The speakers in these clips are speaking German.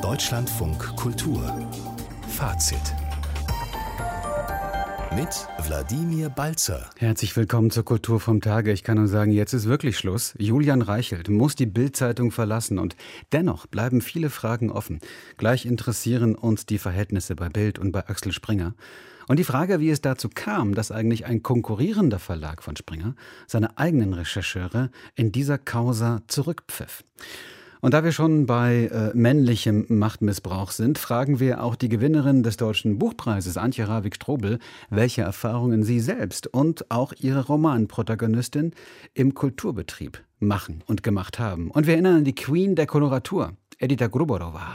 Deutschlandfunk Kultur Fazit mit Wladimir Balzer. Herzlich willkommen zur Kultur vom Tage. Ich kann nur sagen, jetzt ist wirklich Schluss. Julian Reichelt muss die Bild-Zeitung verlassen und dennoch bleiben viele Fragen offen. Gleich interessieren uns die Verhältnisse bei Bild und bei Axel Springer. Und die Frage, wie es dazu kam, dass eigentlich ein konkurrierender Verlag von Springer seine eigenen Rechercheure in dieser Causa zurückpfiff. Und da wir schon bei männlichem Machtmissbrauch sind, fragen wir auch die Gewinnerin des Deutschen Buchpreises, Antje Ravik-Strobel, welche Erfahrungen sie selbst und auch ihre Romanprotagonistin im Kulturbetrieb machen und gemacht haben. Und wir erinnern an die Queen der Koloratur, Edita Gruborova.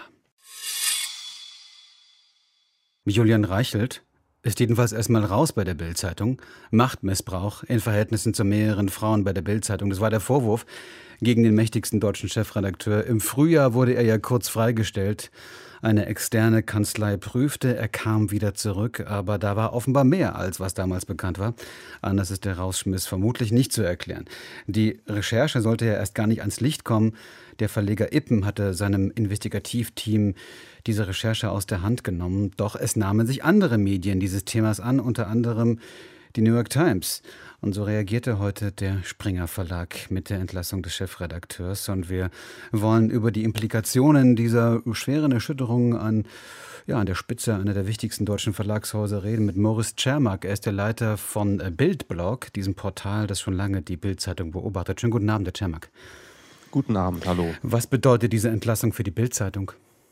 Julian Reichelt ist jedenfalls erstmal raus bei der Bild-Zeitung. Machtmissbrauch in Verhältnissen zu mehreren Frauen bei der Bild-Zeitung. Das war der Vorwurf gegen den mächtigsten deutschen Chefredakteur. Im Frühjahr wurde er ja kurz freigestellt. Eine externe Kanzlei prüfte, er kam wieder zurück, aber da war offenbar mehr, als was damals bekannt war. Anders ist der Rausschmiss vermutlich nicht zu erklären. Die Recherche sollte ja erst gar nicht ans Licht kommen. Der Verleger Ippen hatte seinem Investigativteam diese Recherche aus der Hand genommen. Doch es nahmen sich andere Medien dieses Themas an, unter anderem die New York Times. Und so reagierte heute der Springer Verlag mit der Entlassung des Chefredakteurs. Und wir wollen über die Implikationen dieser schweren Erschütterung an der Spitze einer der wichtigsten deutschen Verlagshäuser reden mit Moritz Czermak. Er ist der Leiter von Bildblog, diesem Portal, das schon lange die Bild-Zeitung beobachtet. Schönen guten Abend, Herr Czermak. Guten Abend, hallo. Was bedeutet diese Entlassung für die Bild-Zeitung?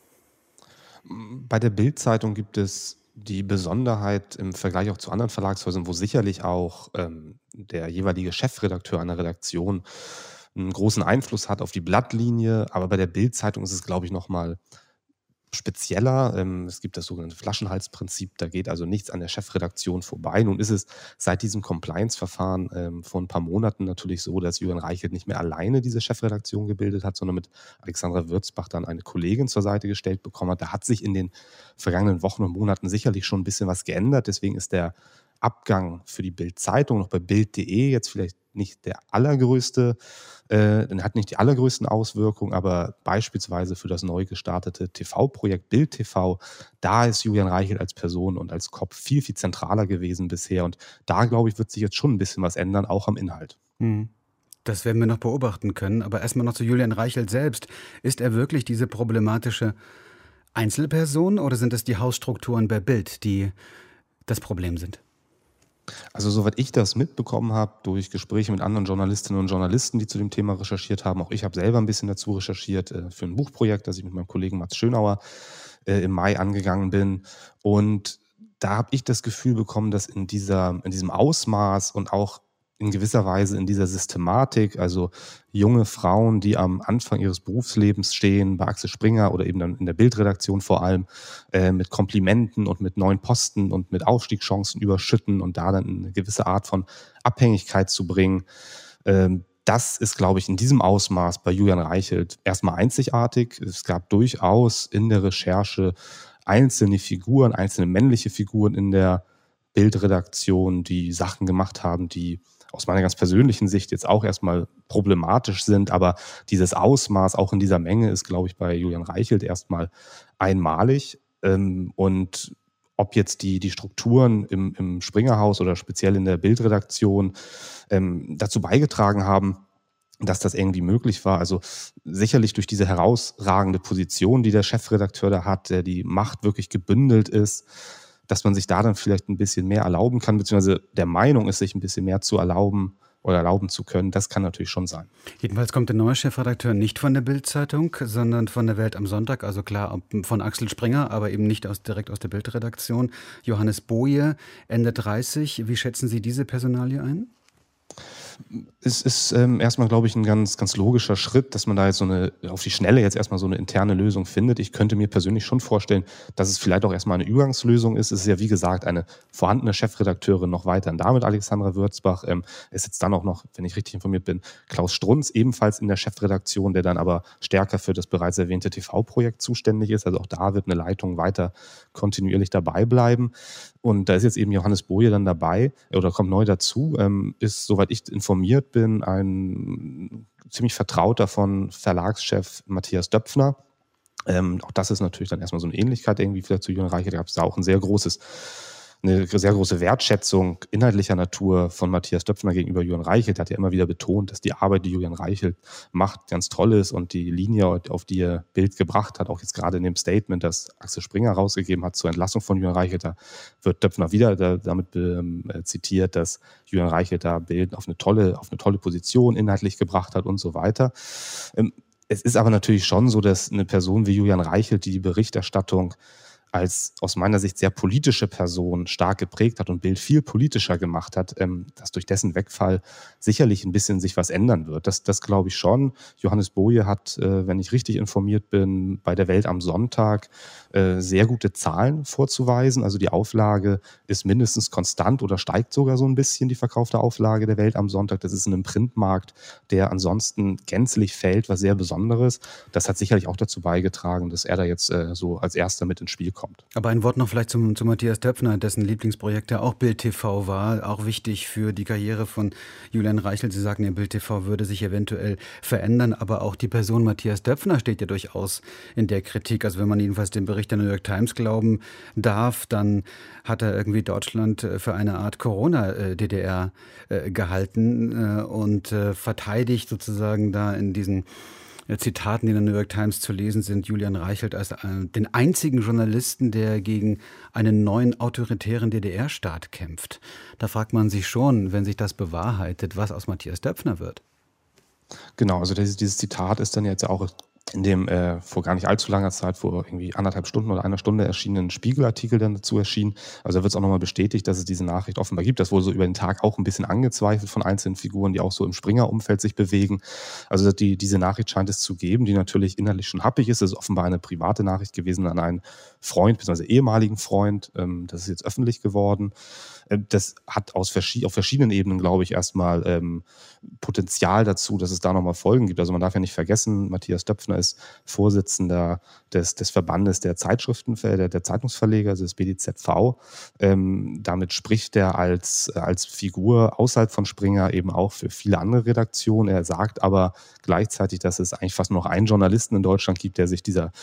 Bei der Bild-Zeitung gibt es die Besonderheit im Vergleich auch zu anderen Verlagshäusern, wo sicherlich auch der jeweilige Chefredakteur einer Redaktion einen großen Einfluss hat auf die Blattlinie. Aber bei der Bild-Zeitung ist es, glaube ich, nochmal spezieller. Es gibt das sogenannte Flaschenhalsprinzip, da geht also nichts an der Chefredaktion vorbei. Nun ist es seit diesem Compliance-Verfahren vor ein paar Monaten natürlich so, dass Julian Reichelt nicht mehr alleine diese Chefredaktion gebildet hat, sondern mit Alexandra Würzbach dann eine Kollegin zur Seite gestellt bekommen hat. Da hat sich in den vergangenen Wochen und Monaten sicherlich schon ein bisschen was geändert. Deswegen ist der Abgang für die Bild-Zeitung noch bei Bild.de jetzt vielleicht nicht der allergrößte, hat nicht die allergrößten Auswirkungen, aber beispielsweise für das neu gestartete TV-Projekt Bild TV, da ist Julian Reichelt als Person und als Kopf viel, viel zentraler gewesen bisher. Und da, glaube ich, wird sich jetzt schon ein bisschen was ändern, auch am Inhalt. Das werden wir noch beobachten können. Aber erstmal noch zu Julian Reichelt selbst. Ist er wirklich diese problematische Einzelperson oder sind es die Hausstrukturen bei Bild, die das Problem sind? Also soweit ich das mitbekommen habe, durch Gespräche mit anderen Journalistinnen und Journalisten, die zu dem Thema recherchiert haben, auch ich habe selber ein bisschen dazu recherchiert für ein Buchprojekt, das ich mit meinem Kollegen Mats Schönauer im Mai angegangen bin. Und da habe ich das Gefühl bekommen, dass in diesem Ausmaß und auch in gewisser Weise in dieser Systematik, also junge Frauen, die am Anfang ihres Berufslebens stehen, bei Axel Springer oder eben dann in der Bildredaktion vor allem, mit Komplimenten und mit neuen Posten und mit Aufstiegschancen überschütten und da dann eine gewisse Art von Abhängigkeit zu bringen. Das ist, glaube ich, in diesem Ausmaß bei Julian Reichelt erstmal einzigartig. Es gab durchaus in der Recherche einzelne Figuren, einzelne männliche Figuren in der Bildredaktion, die Sachen gemacht haben, die aus meiner ganz persönlichen Sicht jetzt auch erstmal problematisch sind, aber dieses Ausmaß auch in dieser Menge ist, glaube ich, bei Julian Reichelt erstmal einmalig. Und ob jetzt die Strukturen im Springerhaus oder speziell in der Bildredaktion dazu beigetragen haben, dass das irgendwie möglich war. Also sicherlich durch diese herausragende Position, die der Chefredakteur da hat, der die Macht wirklich gebündelt ist, dass man sich da dann vielleicht ein bisschen mehr erlauben kann, beziehungsweise der Meinung ist, sich ein bisschen mehr zu erlauben oder erlauben zu können. Das kann natürlich schon sein. Jedenfalls kommt der neue Chefredakteur nicht von der Bild-Zeitung, sondern von der Welt am Sonntag, also klar von Axel Springer, aber eben nicht direkt aus der Bildredaktion. Johannes Boje, Ende 30. Wie schätzen Sie diese Personalie ein? Es ist erstmal, glaube ich, ein ganz, ganz logischer Schritt, dass man da jetzt auf die Schnelle jetzt erstmal so eine interne Lösung findet. Ich könnte mir persönlich schon vorstellen, dass es vielleicht auch erstmal eine Übergangslösung ist. Es ist ja, wie gesagt, eine vorhandene Chefredakteurin noch weiterhin da mit Alexandra Würzbach. Es sitzt dann auch noch, wenn ich richtig informiert bin, Klaus Strunz ebenfalls in der Chefredaktion, der dann aber stärker für das bereits erwähnte TV-Projekt zuständig ist. Also auch da wird eine Leitung weiter kontinuierlich dabei bleiben. Und da ist jetzt eben Johannes Boje dann dabei oder kommt neu dazu, ist, soweit ich informiert bin, ein ziemlich Vertrauter von Verlagschef Matthias Döpfner. Auch das ist natürlich dann erstmal so eine Ähnlichkeit irgendwie vielleicht zu Julian Reichelt. Da gab es da auch eine sehr große Wertschätzung inhaltlicher Natur von Matthias Döpfner gegenüber Julian Reichelt. Er hat ja immer wieder betont, dass die Arbeit, die Julian Reichelt macht, ganz toll ist und die Linie, auf die er Bild gebracht hat, auch jetzt gerade in dem Statement, das Axel Springer rausgegeben hat zur Entlassung von Julian Reichelt, da wird Döpfner wieder damit zitiert, dass Julian Reichelt da Bild auf eine tolle Position inhaltlich gebracht hat und so weiter. Es ist aber natürlich schon so, dass eine Person wie Julian Reichelt die Berichterstattung als aus meiner Sicht sehr politische Person stark geprägt hat und Bild viel politischer gemacht hat, dass durch dessen Wegfall sicherlich ein bisschen sich was ändern wird. Das glaube ich schon. Johannes Boje hat, wenn ich richtig informiert bin, bei der Welt am Sonntag sehr gute Zahlen vorzuweisen. Also die Auflage ist mindestens konstant oder steigt sogar so ein bisschen, die verkaufte Auflage der Welt am Sonntag. Das ist in einem Printmarkt, der ansonsten gänzlich fällt, was sehr Besonderes. Das hat sicherlich auch dazu beigetragen, dass er da jetzt so als Erster mit ins Spiel kommt. Aber ein Wort noch vielleicht zu Matthias Döpfner, dessen Lieblingsprojekt ja auch Bild TV war, auch wichtig für die Karriere von Julian Reichelt. Sie sagen ja, Bild TV würde sich eventuell verändern, aber auch die Person Matthias Döpfner steht ja durchaus in der Kritik. Also wenn man jedenfalls dem Bericht der New York Times glauben darf, dann hat er irgendwie Deutschland für eine Art Corona-DDR gehalten und verteidigt sozusagen da in diesen Zitaten, die in der New York Times zu lesen sind, Julian Reichelt als den einzigen Journalisten, der gegen einen neuen autoritären DDR-Staat kämpft. Da fragt man sich schon, wenn sich das bewahrheitet, was aus Matthias Döpfner wird. Genau, also dieses Zitat ist dann jetzt auch in dem vor gar nicht allzu langer Zeit, vor irgendwie 1,5 Stunden oder 1 Stunde erschienenen Spiegelartikel dann dazu erschienen. Also da wird es auch nochmal bestätigt, dass es diese Nachricht offenbar gibt. Das wurde so über den Tag auch ein bisschen angezweifelt von einzelnen Figuren, die auch so im Springer-Umfeld sich bewegen. Also diese Nachricht scheint es zu geben, die natürlich inhaltlich schon happig ist. Das ist offenbar eine private Nachricht gewesen an einen Freund, beziehungsweise ehemaligen Freund. Das ist jetzt öffentlich geworden. Das hat auf verschiedenen Ebenen, glaube ich, erstmal Potenzial dazu, dass es da nochmal Folgen gibt. Also man darf ja nicht vergessen, Matthias Döpfner ist Vorsitzender des Verbandes der Zeitschriftenverleger, der Zeitungsverleger, also des BDZV. Damit spricht er als Figur außerhalb von Springer eben auch für viele andere Redaktionen. Er sagt aber gleichzeitig, dass es eigentlich fast nur noch einen Journalisten in Deutschland gibt, der sich dieser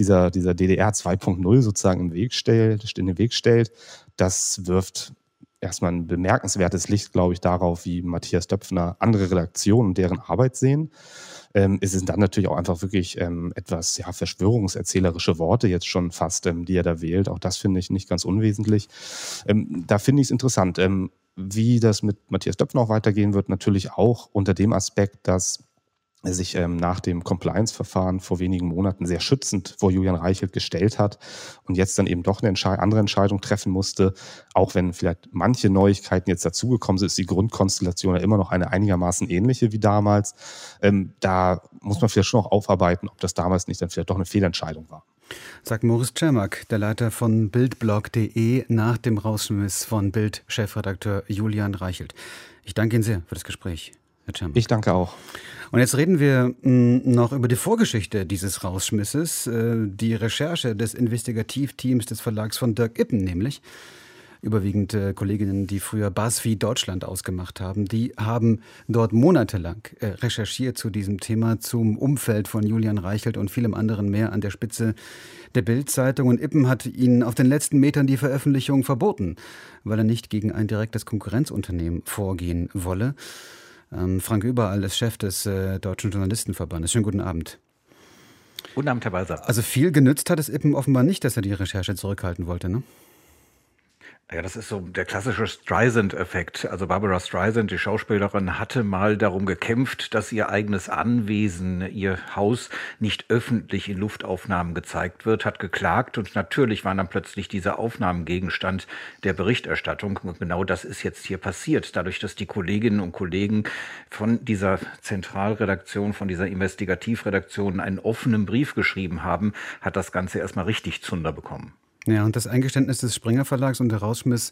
DDR 2.0 sozusagen in den Weg stellt. Das wirft erstmal ein bemerkenswertes Licht, glaube ich, darauf, wie Matthias Döpfner andere Redaktionen und deren Arbeit sehen. Es sind dann natürlich auch einfach wirklich etwas verschwörungserzählerische Worte jetzt schon fast, die er da wählt. Auch das finde ich nicht ganz unwesentlich. Da finde ich es interessant, wie das mit Matthias Döpfner auch weitergehen wird. Natürlich auch unter dem Aspekt, dass er sich nach dem Compliance-Verfahren vor wenigen Monaten sehr schützend vor Julian Reichelt gestellt hat und jetzt dann eben doch eine andere Entscheidung treffen musste. Auch wenn vielleicht manche Neuigkeiten jetzt dazugekommen sind, ist die Grundkonstellation ja immer noch eine einigermaßen ähnliche wie damals. Da muss man vielleicht schon auch aufarbeiten, ob das damals nicht dann vielleicht doch eine Fehlentscheidung war. Sagt Moritz Czermak, der Leiter von bildblog.de, nach dem Rausschmiss von Bild-Chefredakteur Julian Reichelt. Ich danke Ihnen sehr für das Gespräch, Herr Czermak. Ich danke auch. Und jetzt reden wir noch über die Vorgeschichte dieses Rausschmisses, die Recherche des Investigativteams des Verlags von Dirk Ippen nämlich. Überwiegend Kolleginnen, die früher BuzzFeed Deutschland ausgemacht haben, die haben dort monatelang recherchiert zu diesem Thema, zum Umfeld von Julian Reichelt und vielem anderen mehr an der Spitze der Bild-Zeitung. Und Ippen hat ihnen auf den letzten Metern die Veröffentlichung verboten, weil er nicht gegen ein direktes Konkurrenzunternehmen vorgehen wolle. Frank Überall ist Chef des Deutschen Journalistenverbandes. Schönen guten Abend. Guten Abend, Herr Balser. Also viel genützt hat es Ippen offenbar nicht, dass er die Recherche zurückhalten wollte, ne? Ja, das ist so der klassische Streisand-Effekt. Also Barbara Streisand, die Schauspielerin, hatte mal darum gekämpft, dass ihr eigenes Anwesen, ihr Haus nicht öffentlich in Luftaufnahmen gezeigt wird, hat geklagt und natürlich waren dann plötzlich diese Aufnahmen Gegenstand der Berichterstattung. Und genau das ist jetzt hier passiert. Dadurch, dass die Kolleginnen und Kollegen von dieser Zentralredaktion, von dieser Investigativredaktion einen offenen Brief geschrieben haben, hat das Ganze erstmal richtig Zunder bekommen. Ja, und das Eingeständnis des Springer Verlags und der Rausschmiss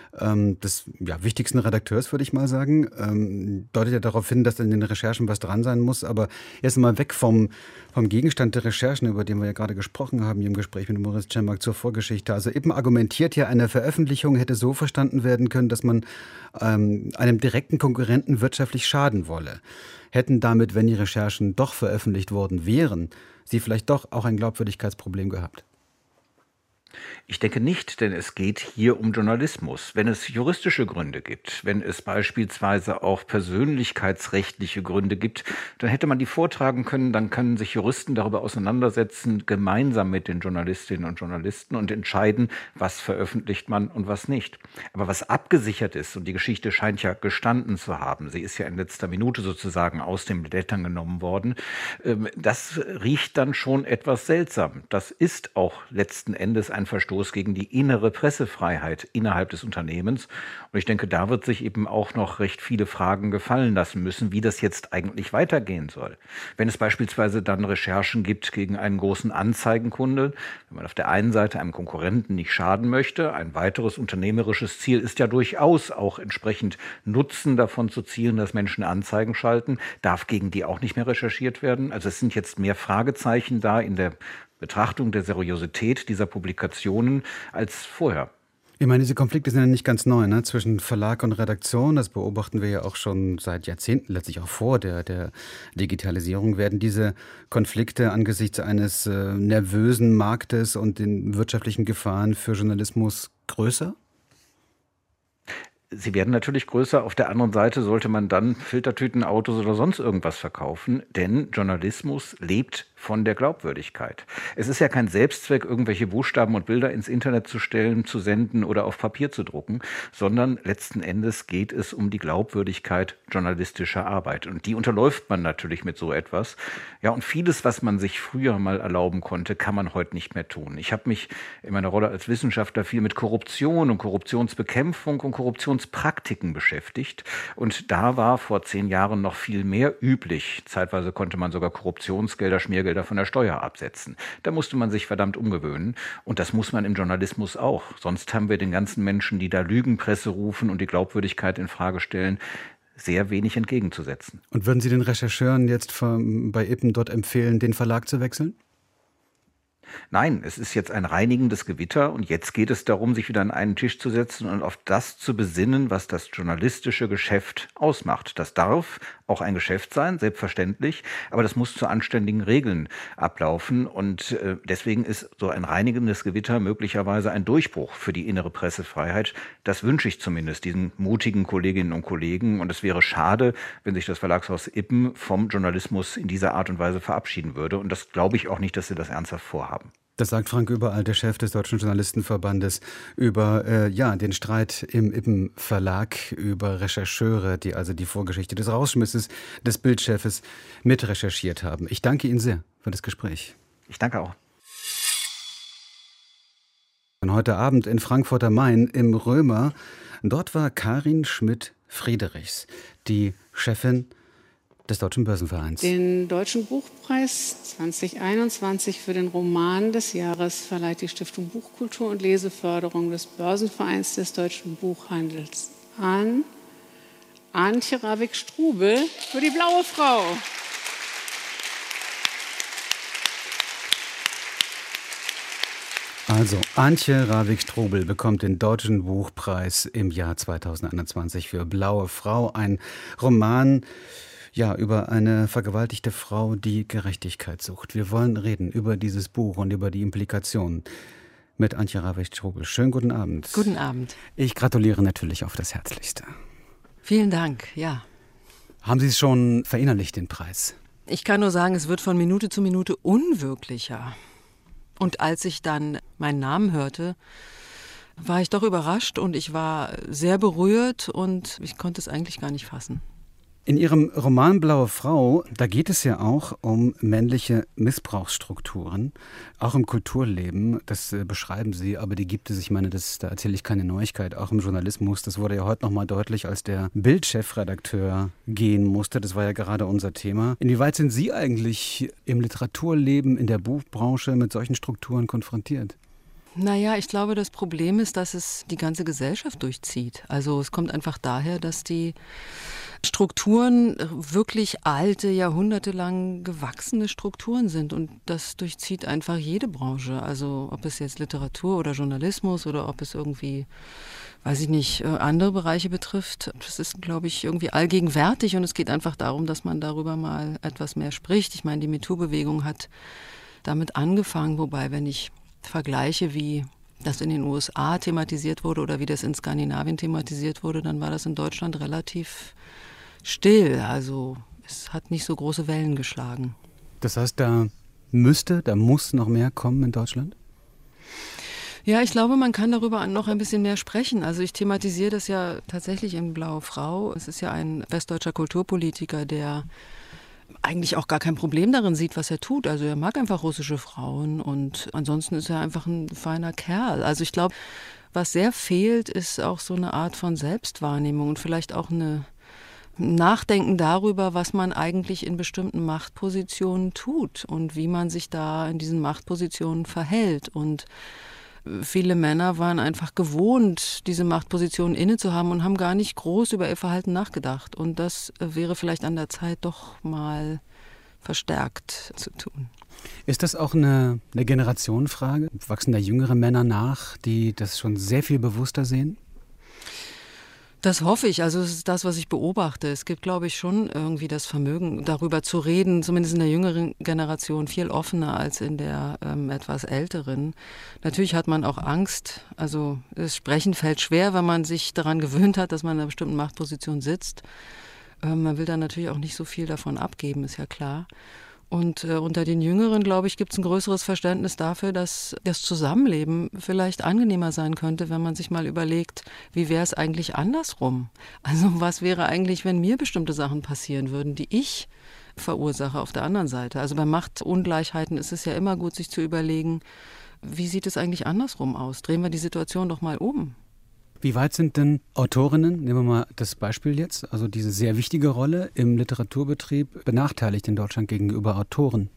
des wichtigsten Redakteurs, würde ich mal sagen, deutet ja darauf hin, dass in den Recherchen was dran sein muss. Aber erst mal weg vom Gegenstand der Recherchen, über den wir ja gerade gesprochen haben, hier im Gespräch mit Moritz Czermak zur Vorgeschichte. Also Ippen argumentiert ja, eine Veröffentlichung hätte so verstanden werden können, dass man einem direkten Konkurrenten wirtschaftlich schaden wolle. Hätten damit, wenn die Recherchen doch veröffentlicht worden wären, Sie vielleicht doch auch ein Glaubwürdigkeitsproblem gehabt? Ich denke nicht, denn es geht hier um Journalismus. Wenn es juristische Gründe gibt, wenn es beispielsweise auch persönlichkeitsrechtliche Gründe gibt, dann hätte man die vortragen können, dann können sich Juristen darüber auseinandersetzen, gemeinsam mit den Journalistinnen und Journalisten und entscheiden, was veröffentlicht man und was nicht. Aber was abgesichert ist, und die Geschichte scheint ja gestanden zu haben, sie ist ja in letzter Minute sozusagen aus den Blättern genommen worden, das riecht dann schon etwas seltsam. Das ist auch letzten Endes ein Verstoß gegen die innere Pressefreiheit innerhalb des Unternehmens. Und ich denke, da wird sich eben auch noch recht viele Fragen gefallen lassen müssen, wie das jetzt eigentlich weitergehen soll. Wenn es beispielsweise dann Recherchen gibt gegen einen großen Anzeigenkunde, wenn man auf der einen Seite einem Konkurrenten nicht schaden möchte, ein weiteres unternehmerisches Ziel ist ja durchaus auch entsprechend Nutzen davon zu zielen, dass Menschen Anzeigen schalten, darf gegen die auch nicht mehr recherchiert werden. Also es sind jetzt mehr Fragezeichen da in der Betrachtung der Seriosität dieser Publikationen als vorher. Ich meine, diese Konflikte sind ja nicht ganz neu, ne? Zwischen Verlag und Redaktion. Das beobachten wir ja auch schon seit Jahrzehnten, letztlich auch vor der Digitalisierung. Werden diese Konflikte angesichts eines nervösen Marktes und den wirtschaftlichen Gefahren für Journalismus größer? Sie werden natürlich größer. Auf der anderen Seite sollte man dann Filtertütenautos oder sonst irgendwas verkaufen, denn Journalismus lebt von der Glaubwürdigkeit. Es ist ja kein Selbstzweck, irgendwelche Buchstaben und Bilder ins Internet zu stellen, zu senden oder auf Papier zu drucken, sondern letzten Endes geht es um die Glaubwürdigkeit journalistischer Arbeit. Und die unterläuft man natürlich mit so etwas. Ja, und vieles, was man sich früher mal erlauben konnte, kann man heute nicht mehr tun. Ich habe mich in meiner Rolle als Wissenschaftler viel mit Korruption und Korruptionsbekämpfung und Korruptionspraktiken beschäftigt. Und da war vor 10 Jahren noch viel mehr üblich. Zeitweise konnte man sogar Korruptionsgelder, Schmiergelder von der Steuer absetzen. Da musste man sich verdammt umgewöhnen. Und das muss man im Journalismus auch. Sonst haben wir den ganzen Menschen, die da Lügenpresse rufen und die Glaubwürdigkeit in Frage stellen, sehr wenig entgegenzusetzen. Und würden Sie den Rechercheuren jetzt bei Ippen dort empfehlen, den Verlag zu wechseln? Nein, es ist jetzt ein reinigendes Gewitter und jetzt geht es darum, sich wieder an einen Tisch zu setzen und auf das zu besinnen, was das journalistische Geschäft ausmacht. Das darf auch ein Geschäft sein, selbstverständlich, aber das muss zu anständigen Regeln ablaufen und deswegen ist so ein reinigendes Gewitter möglicherweise ein Durchbruch für die innere Pressefreiheit. Das wünsche ich zumindest diesen mutigen Kolleginnen und Kollegen und es wäre schade, wenn sich das Verlagshaus Ippen vom Journalismus in dieser Art und Weise verabschieden würde und das glaube ich auch nicht, dass sie das ernsthaft vorhaben. Das sagt Frank Überall, der Chef des Deutschen Journalistenverbandes, über den Streit im Ippen Verlag, über Rechercheure, die also die Vorgeschichte des Rausschmisses des Bildchefes mit recherchiert haben. Ich danke Ihnen sehr für das Gespräch. Ich danke auch. Und heute Abend in Frankfurt am Main im Römer, dort war Karin Schmidt-Friedrichs, die Chefin des Deutschen Börsenvereins. Den Deutschen Buchpreis 2021 für den Roman des Jahres verleiht die Stiftung Buchkultur und Leseförderung des Börsenvereins des deutschen Buchhandels an Antje Ravik-Strubel für die Blaue Frau. Also, Antje Ravik-Strubel bekommt den Deutschen Buchpreis im Jahr 2021 für Blaue Frau, ein Roman über eine vergewaltigte Frau, die Gerechtigkeit sucht. Wir wollen reden über dieses Buch und über die Implikationen mit Antje Ravik-Strubel. Schönen guten Abend. Guten Abend. Ich gratuliere natürlich auf das Herzlichste. Vielen Dank, ja. Haben Sie es schon verinnerlicht, den Preis? Ich kann nur sagen, es wird von Minute zu Minute unwirklicher. Und als ich dann meinen Namen hörte, war ich doch überrascht und ich war sehr berührt und ich konnte es eigentlich gar nicht fassen. In Ihrem Roman Blaue Frau, da geht es ja auch um männliche Missbrauchsstrukturen, auch im Kulturleben, das beschreiben Sie, aber die gibt es, ich meine, da erzähle ich keine Neuigkeit, auch im Journalismus, das wurde ja heute nochmal deutlich, als der Bild-Chefredakteur gehen musste, das war ja gerade unser Thema. Inwieweit sind Sie eigentlich im Literaturleben, in der Buchbranche mit solchen Strukturen konfrontiert? Naja, ich glaube, das Problem ist, dass es die ganze Gesellschaft durchzieht. Also es kommt einfach daher, dass die Strukturen wirklich alte, jahrhundertelang gewachsene Strukturen sind. Und das durchzieht einfach jede Branche. Also ob es jetzt Literatur oder Journalismus oder ob es irgendwie, weiß ich nicht, andere Bereiche betrifft. Das ist, glaube ich, irgendwie allgegenwärtig. Und es geht einfach darum, dass man darüber mal etwas mehr spricht. Ich meine, die MeToo-Bewegung hat damit angefangen. Wobei, wenn ich vergleiche, wie das in den USA thematisiert wurde oder wie das in Skandinavien thematisiert wurde, dann war das in Deutschland relativ still. Also es hat nicht so große Wellen geschlagen. Das heißt, da muss noch mehr kommen in Deutschland? Ja, ich glaube, man kann darüber noch ein bisschen mehr sprechen. Also ich thematisiere das ja tatsächlich in Blaue Frau. Es ist ja ein westdeutscher Kulturpolitiker, der eigentlich auch gar kein Problem darin sieht, was er tut. Also er mag einfach russische Frauen und ansonsten ist er einfach ein feiner Kerl. Also ich glaube, was sehr fehlt, ist auch so eine Art von Selbstwahrnehmung und vielleicht auch ein Nachdenken darüber, was man eigentlich in bestimmten Machtpositionen tut und wie man sich da in diesen Machtpositionen verhält. Und viele Männer waren einfach gewohnt, diese Machtpositionen innezuhaben und haben gar nicht groß über ihr Verhalten nachgedacht. Und das wäre vielleicht an der Zeit, doch mal verstärkt zu tun. Ist das auch eine Generationenfrage? Wachsen da jüngere Männer nach, die das schon sehr viel bewusster sehen? Das hoffe ich. Also es ist das, was ich beobachte. Es gibt, glaube ich, schon irgendwie das Vermögen, darüber zu reden, zumindest in der jüngeren Generation, viel offener als in der etwas älteren. Natürlich hat man auch Angst. Also das Sprechen fällt schwer, wenn man sich daran gewöhnt hat, dass man in einer bestimmten Machtposition sitzt. Man will dann natürlich auch nicht so viel davon abgeben, ist ja klar. Und unter den Jüngeren, glaube ich, gibt es ein größeres Verständnis dafür, dass das Zusammenleben vielleicht angenehmer sein könnte, wenn man sich mal überlegt, wie wäre es eigentlich andersrum? Also was wäre eigentlich, wenn mir bestimmte Sachen passieren würden, die ich verursache auf der anderen Seite? Also bei Machtungleichheiten ist es ja immer gut, sich zu überlegen, wie sieht es eigentlich andersrum aus? Drehen wir die Situation doch mal um. Wie weit sind denn Autorinnen, nehmen wir mal das Beispiel jetzt, also diese sehr wichtige Rolle im Literaturbetrieb, benachteiligt in Deutschland gegenüber Autoren?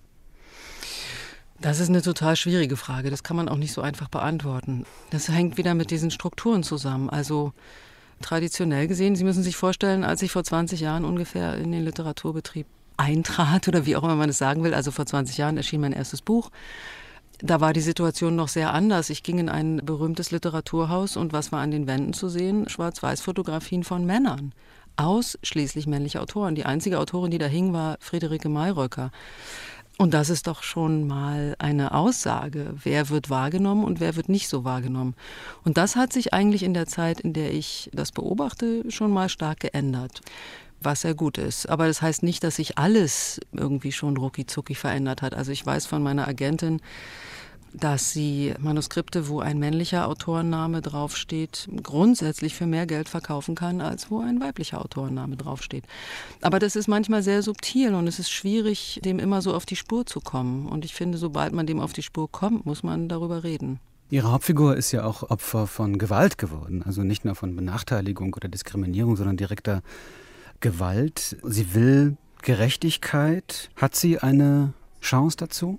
Das ist eine total schwierige Frage. Das kann man auch nicht so einfach beantworten. Das hängt wieder mit diesen Strukturen zusammen. Also traditionell gesehen, Sie müssen sich vorstellen, als ich vor 20 Jahren ungefähr in den Literaturbetrieb eintrat oder wie auch immer man es sagen will, also vor 20 Jahren erschien mein erstes Buch. Da war die Situation noch sehr anders. Ich ging in ein berühmtes Literaturhaus und was war an den Wänden zu sehen? Schwarz-Weiß-Fotografien von Männern. Ausschließlich männliche Autoren. Die einzige Autorin, die da hing, war Friederike Mayröcker. Und das ist doch schon mal eine Aussage. Wer wird wahrgenommen und wer wird nicht so wahrgenommen? Und das hat sich eigentlich in der Zeit, in der ich das beobachte, schon mal stark geändert. Was sehr gut ist. Aber das heißt nicht, dass sich alles irgendwie schon rucki-zucki verändert hat. Also ich weiß von meiner Agentin, dass sie Manuskripte, wo ein männlicher Autorenname draufsteht, grundsätzlich für mehr Geld verkaufen kann, als wo ein weiblicher Autorenname draufsteht. Aber das ist manchmal sehr subtil und es ist schwierig, dem immer so auf die Spur zu kommen. Und ich finde, sobald man dem auf die Spur kommt, muss man darüber reden. Ihre Hauptfigur ist ja auch Opfer von Gewalt geworden. Also nicht nur von Benachteiligung oder Diskriminierung, sondern direkter Gewalt. Sie will Gerechtigkeit. Hat sie eine Chance dazu?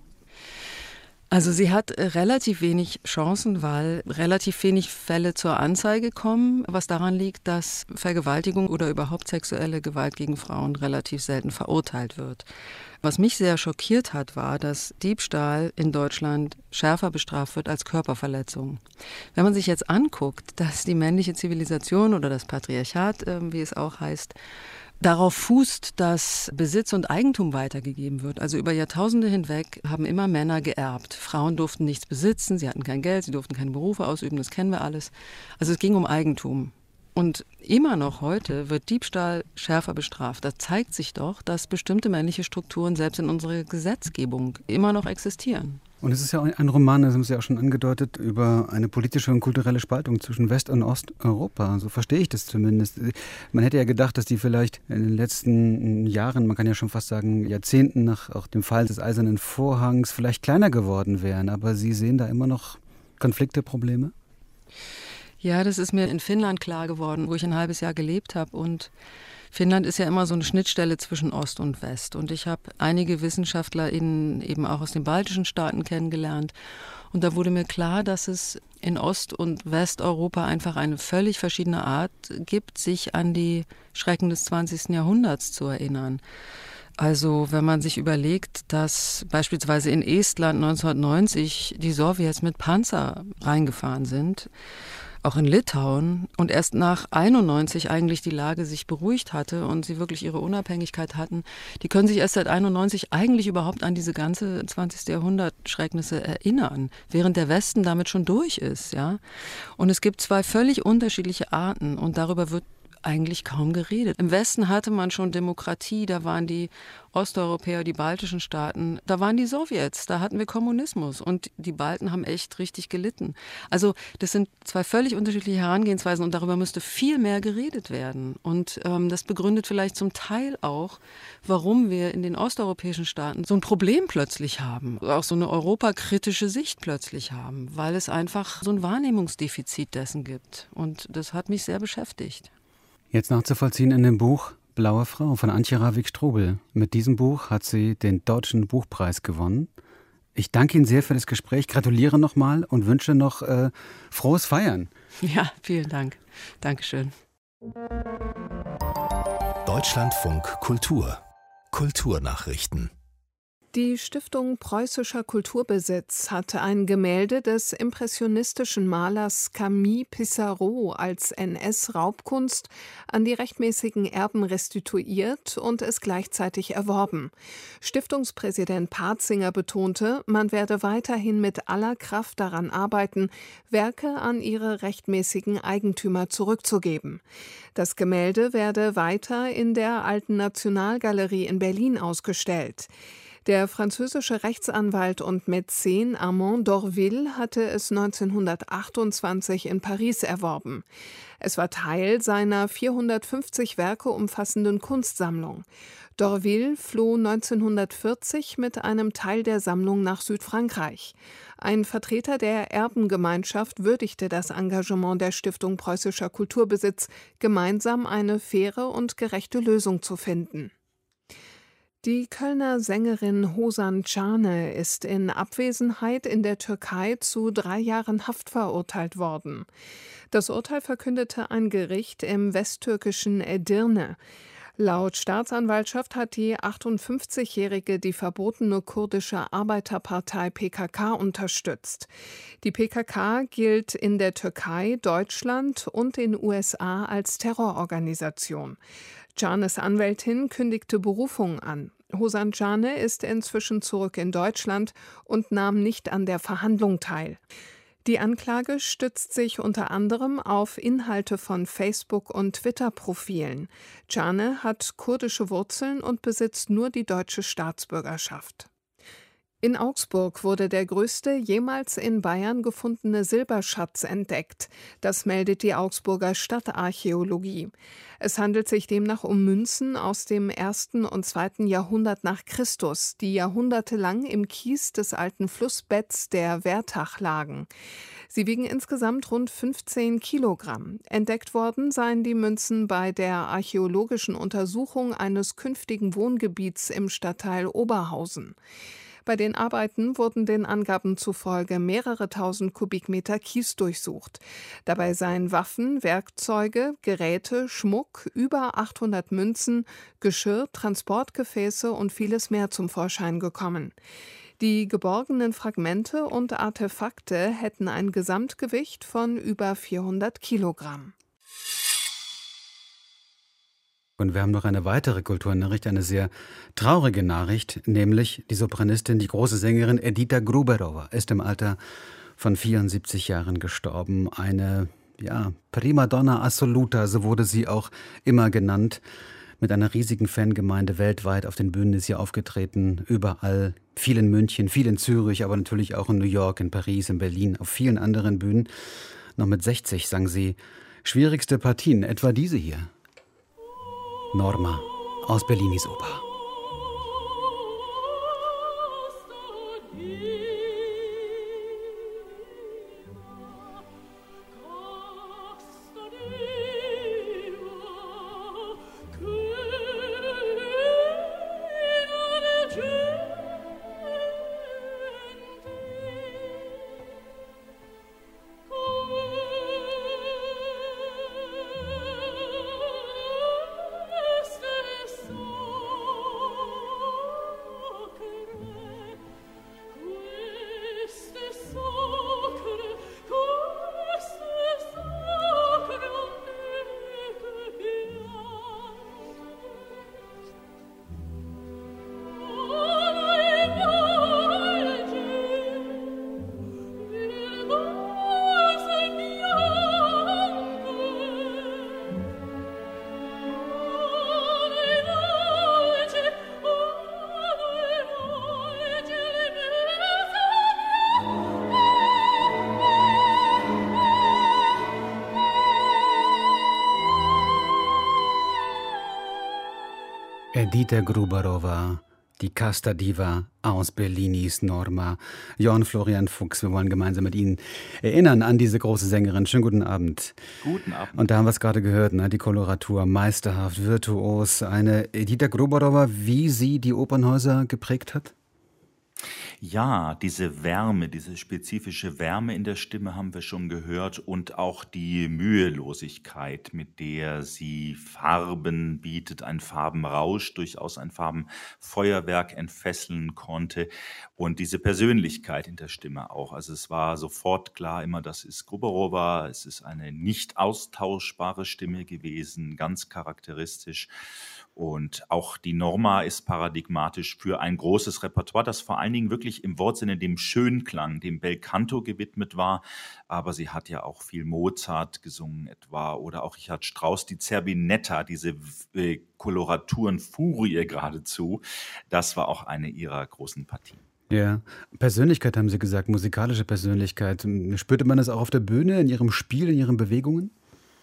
Also sie hat relativ wenig Chancen, weil relativ wenig Fälle zur Anzeige kommen, was daran liegt, dass Vergewaltigung oder überhaupt sexuelle Gewalt gegen Frauen relativ selten verurteilt wird. Was mich sehr schockiert hat, war, dass Diebstahl in Deutschland schärfer bestraft wird als Körperverletzung. Wenn man sich jetzt anguckt, dass die männliche Zivilisation oder das Patriarchat, wie es auch heißt, darauf fußt, dass Besitz und Eigentum weitergegeben wird. Also über Jahrtausende hinweg haben immer Männer geerbt. Frauen durften nichts besitzen, sie hatten kein Geld, sie durften keine Berufe ausüben, das kennen wir alles. Also es ging um Eigentum. Und immer noch heute wird Diebstahl schärfer bestraft. Da zeigt sich doch, dass bestimmte männliche Strukturen selbst in unserer Gesetzgebung immer noch existieren. Und es ist ja ein Roman, das haben Sie ja auch schon angedeutet, über eine politische und kulturelle Spaltung zwischen West- und Osteuropa. So verstehe ich das zumindest. Man hätte ja gedacht, dass die vielleicht in den letzten Jahren, man kann ja schon fast sagen Jahrzehnten nach auch dem Fall des Eisernen Vorhangs vielleicht kleiner geworden wären. Aber Sie sehen da immer noch Konflikte, Probleme? Ja, das ist mir in Finnland klar geworden, wo ich ein halbes Jahr gelebt habe. Und Finnland ist ja immer so eine Schnittstelle zwischen Ost und West. Und ich habe einige WissenschaftlerInnen eben auch aus den baltischen Staaten kennengelernt. Und da wurde mir klar, dass es in Ost- und Westeuropa einfach eine völlig verschiedene Art gibt, sich an die Schrecken des 20. Jahrhunderts zu erinnern. Also wenn man sich überlegt, dass beispielsweise in Estland 1990 die Sowjets mit Panzer reingefahren sind, auch in Litauen, und erst nach 91 eigentlich die Lage sich beruhigt hatte und sie wirklich ihre Unabhängigkeit hatten, die können sich erst seit 91 eigentlich überhaupt an diese ganze 20. Jahrhundert-Schrecknisse erinnern, während der Westen damit schon durch ist, ja. Und es gibt zwei völlig unterschiedliche Arten und darüber wird eigentlich kaum geredet. Im Westen hatte man schon Demokratie, da waren die Osteuropäer, die baltischen Staaten, da waren die Sowjets, da hatten wir Kommunismus und die Balten haben echt richtig gelitten. Also das sind zwei völlig unterschiedliche Herangehensweisen und darüber müsste viel mehr geredet werden. Und das begründet vielleicht zum Teil auch, warum wir in den osteuropäischen Staaten so ein Problem plötzlich haben, auch so eine europakritische Sicht plötzlich haben, weil es einfach so ein Wahrnehmungsdefizit dessen gibt. Und das hat mich sehr beschäftigt. Jetzt nachzuvollziehen in dem Buch Blaue Frau von Antje Ravik-Strobel. Mit diesem Buch hat sie den Deutschen Buchpreis gewonnen. Ich danke Ihnen sehr für das Gespräch, gratuliere nochmal und wünsche noch frohes Feiern. Ja, vielen Dank. Dankeschön. Deutschlandfunk Kultur. Kulturnachrichten. Die Stiftung Preußischer Kulturbesitz hatte ein Gemälde des impressionistischen Malers Camille Pissarro als NS-Raubkunst an die rechtmäßigen Erben restituiert und es gleichzeitig erworben. Stiftungspräsident Patzinger betonte, man werde weiterhin mit aller Kraft daran arbeiten, Werke an ihre rechtmäßigen Eigentümer zurückzugeben. Das Gemälde werde weiter in der Alten Nationalgalerie in Berlin ausgestellt. Der französische Rechtsanwalt und Mäzen Armand d'Orville hatte es 1928 in Paris erworben. Es war Teil seiner 450 Werke umfassenden Kunstsammlung. D'Orville floh 1940 mit einem Teil der Sammlung nach Südfrankreich. Ein Vertreter der Erbengemeinschaft würdigte das Engagement der Stiftung Preußischer Kulturbesitz, gemeinsam eine faire und gerechte Lösung zu finden. Die Kölner Sängerin Hosan Cane ist in Abwesenheit in der Türkei zu 3 Jahren Haft verurteilt worden. Das Urteil verkündete ein Gericht im westtürkischen Edirne. Laut Staatsanwaltschaft hat die 58-Jährige die verbotene kurdische Arbeiterpartei PKK unterstützt. Die PKK gilt in der Türkei, Deutschland und den USA als Terrororganisation. Canes Anwältin kündigte Berufung an. Hosan Cane ist inzwischen zurück in Deutschland und nahm nicht an der Verhandlung teil. Die Anklage stützt sich unter anderem auf Inhalte von Facebook- und Twitter-Profilen. Cane hat kurdische Wurzeln und besitzt nur die deutsche Staatsbürgerschaft. In Augsburg wurde der größte jemals in Bayern gefundene Silberschatz entdeckt. Das meldet die Augsburger Stadtarchäologie. Es handelt sich demnach um Münzen aus dem 1. und 2. Jahrhundert nach Christus, die jahrhundertelang im Kies des alten Flussbetts der Wertach lagen. Sie wiegen insgesamt rund 15 Kilogramm. Entdeckt worden seien die Münzen bei der archäologischen Untersuchung eines künftigen Wohngebiets im Stadtteil Oberhausen. Bei den Arbeiten wurden den Angaben zufolge mehrere tausend Kubikmeter Kies durchsucht. Dabei seien Waffen, Werkzeuge, Geräte, Schmuck, über 800 Münzen, Geschirr, Transportgefäße und vieles mehr zum Vorschein gekommen. Die geborgenen Fragmente und Artefakte hätten ein Gesamtgewicht von über 400 Kilogramm. Und wir haben noch eine weitere Kulturnachricht, eine sehr traurige Nachricht, nämlich die Sopranistin, die große Sängerin Edita Gruberova ist im Alter von 74 Jahren gestorben. Eine Primadonna assoluta, so wurde sie auch immer genannt. Mit einer riesigen Fangemeinde weltweit auf den Bühnen ist sie aufgetreten, überall, viel in München, viel in Zürich, aber natürlich auch in New York, in Paris, in Berlin, auf vielen anderen Bühnen. Noch mit 60 sang sie schwierigste Partien, etwa diese hier. Norma aus Bellinis Oper. Edita Gruberova, die Casta Diva aus Bellinis Norma. Jörn Florian Fuchs, wir wollen gemeinsam mit Ihnen erinnern an diese große Sängerin. Schönen guten Abend. Guten Abend. Und da haben wir es gerade gehört, ne? Die Koloratur, meisterhaft, virtuos. Eine Edita Gruberova, wie sie die Opernhäuser geprägt hat? Ja, diese Wärme, diese spezifische Wärme in der Stimme haben wir schon gehört und auch die Mühelosigkeit, mit der sie Farben bietet, ein Farbenrausch, durchaus ein Farbenfeuerwerk entfesseln konnte und diese Persönlichkeit in der Stimme auch. Also es war sofort klar immer, das ist Gruberova, es ist eine nicht austauschbare Stimme gewesen, ganz charakteristisch. Und auch die Norma ist paradigmatisch für ein großes Repertoire, das vor allen Dingen wirklich im Wortsinne dem Schönklang, dem Belcanto gewidmet war. Aber sie hat ja auch viel Mozart gesungen etwa oder auch Richard Strauss, die Zerbinetta, diese Koloraturen Furie geradezu. Das war auch eine ihrer großen Partien. Ja, Persönlichkeit haben Sie gesagt, musikalische Persönlichkeit. Spürte man das auch auf der Bühne, in Ihrem Spiel, in Ihren Bewegungen?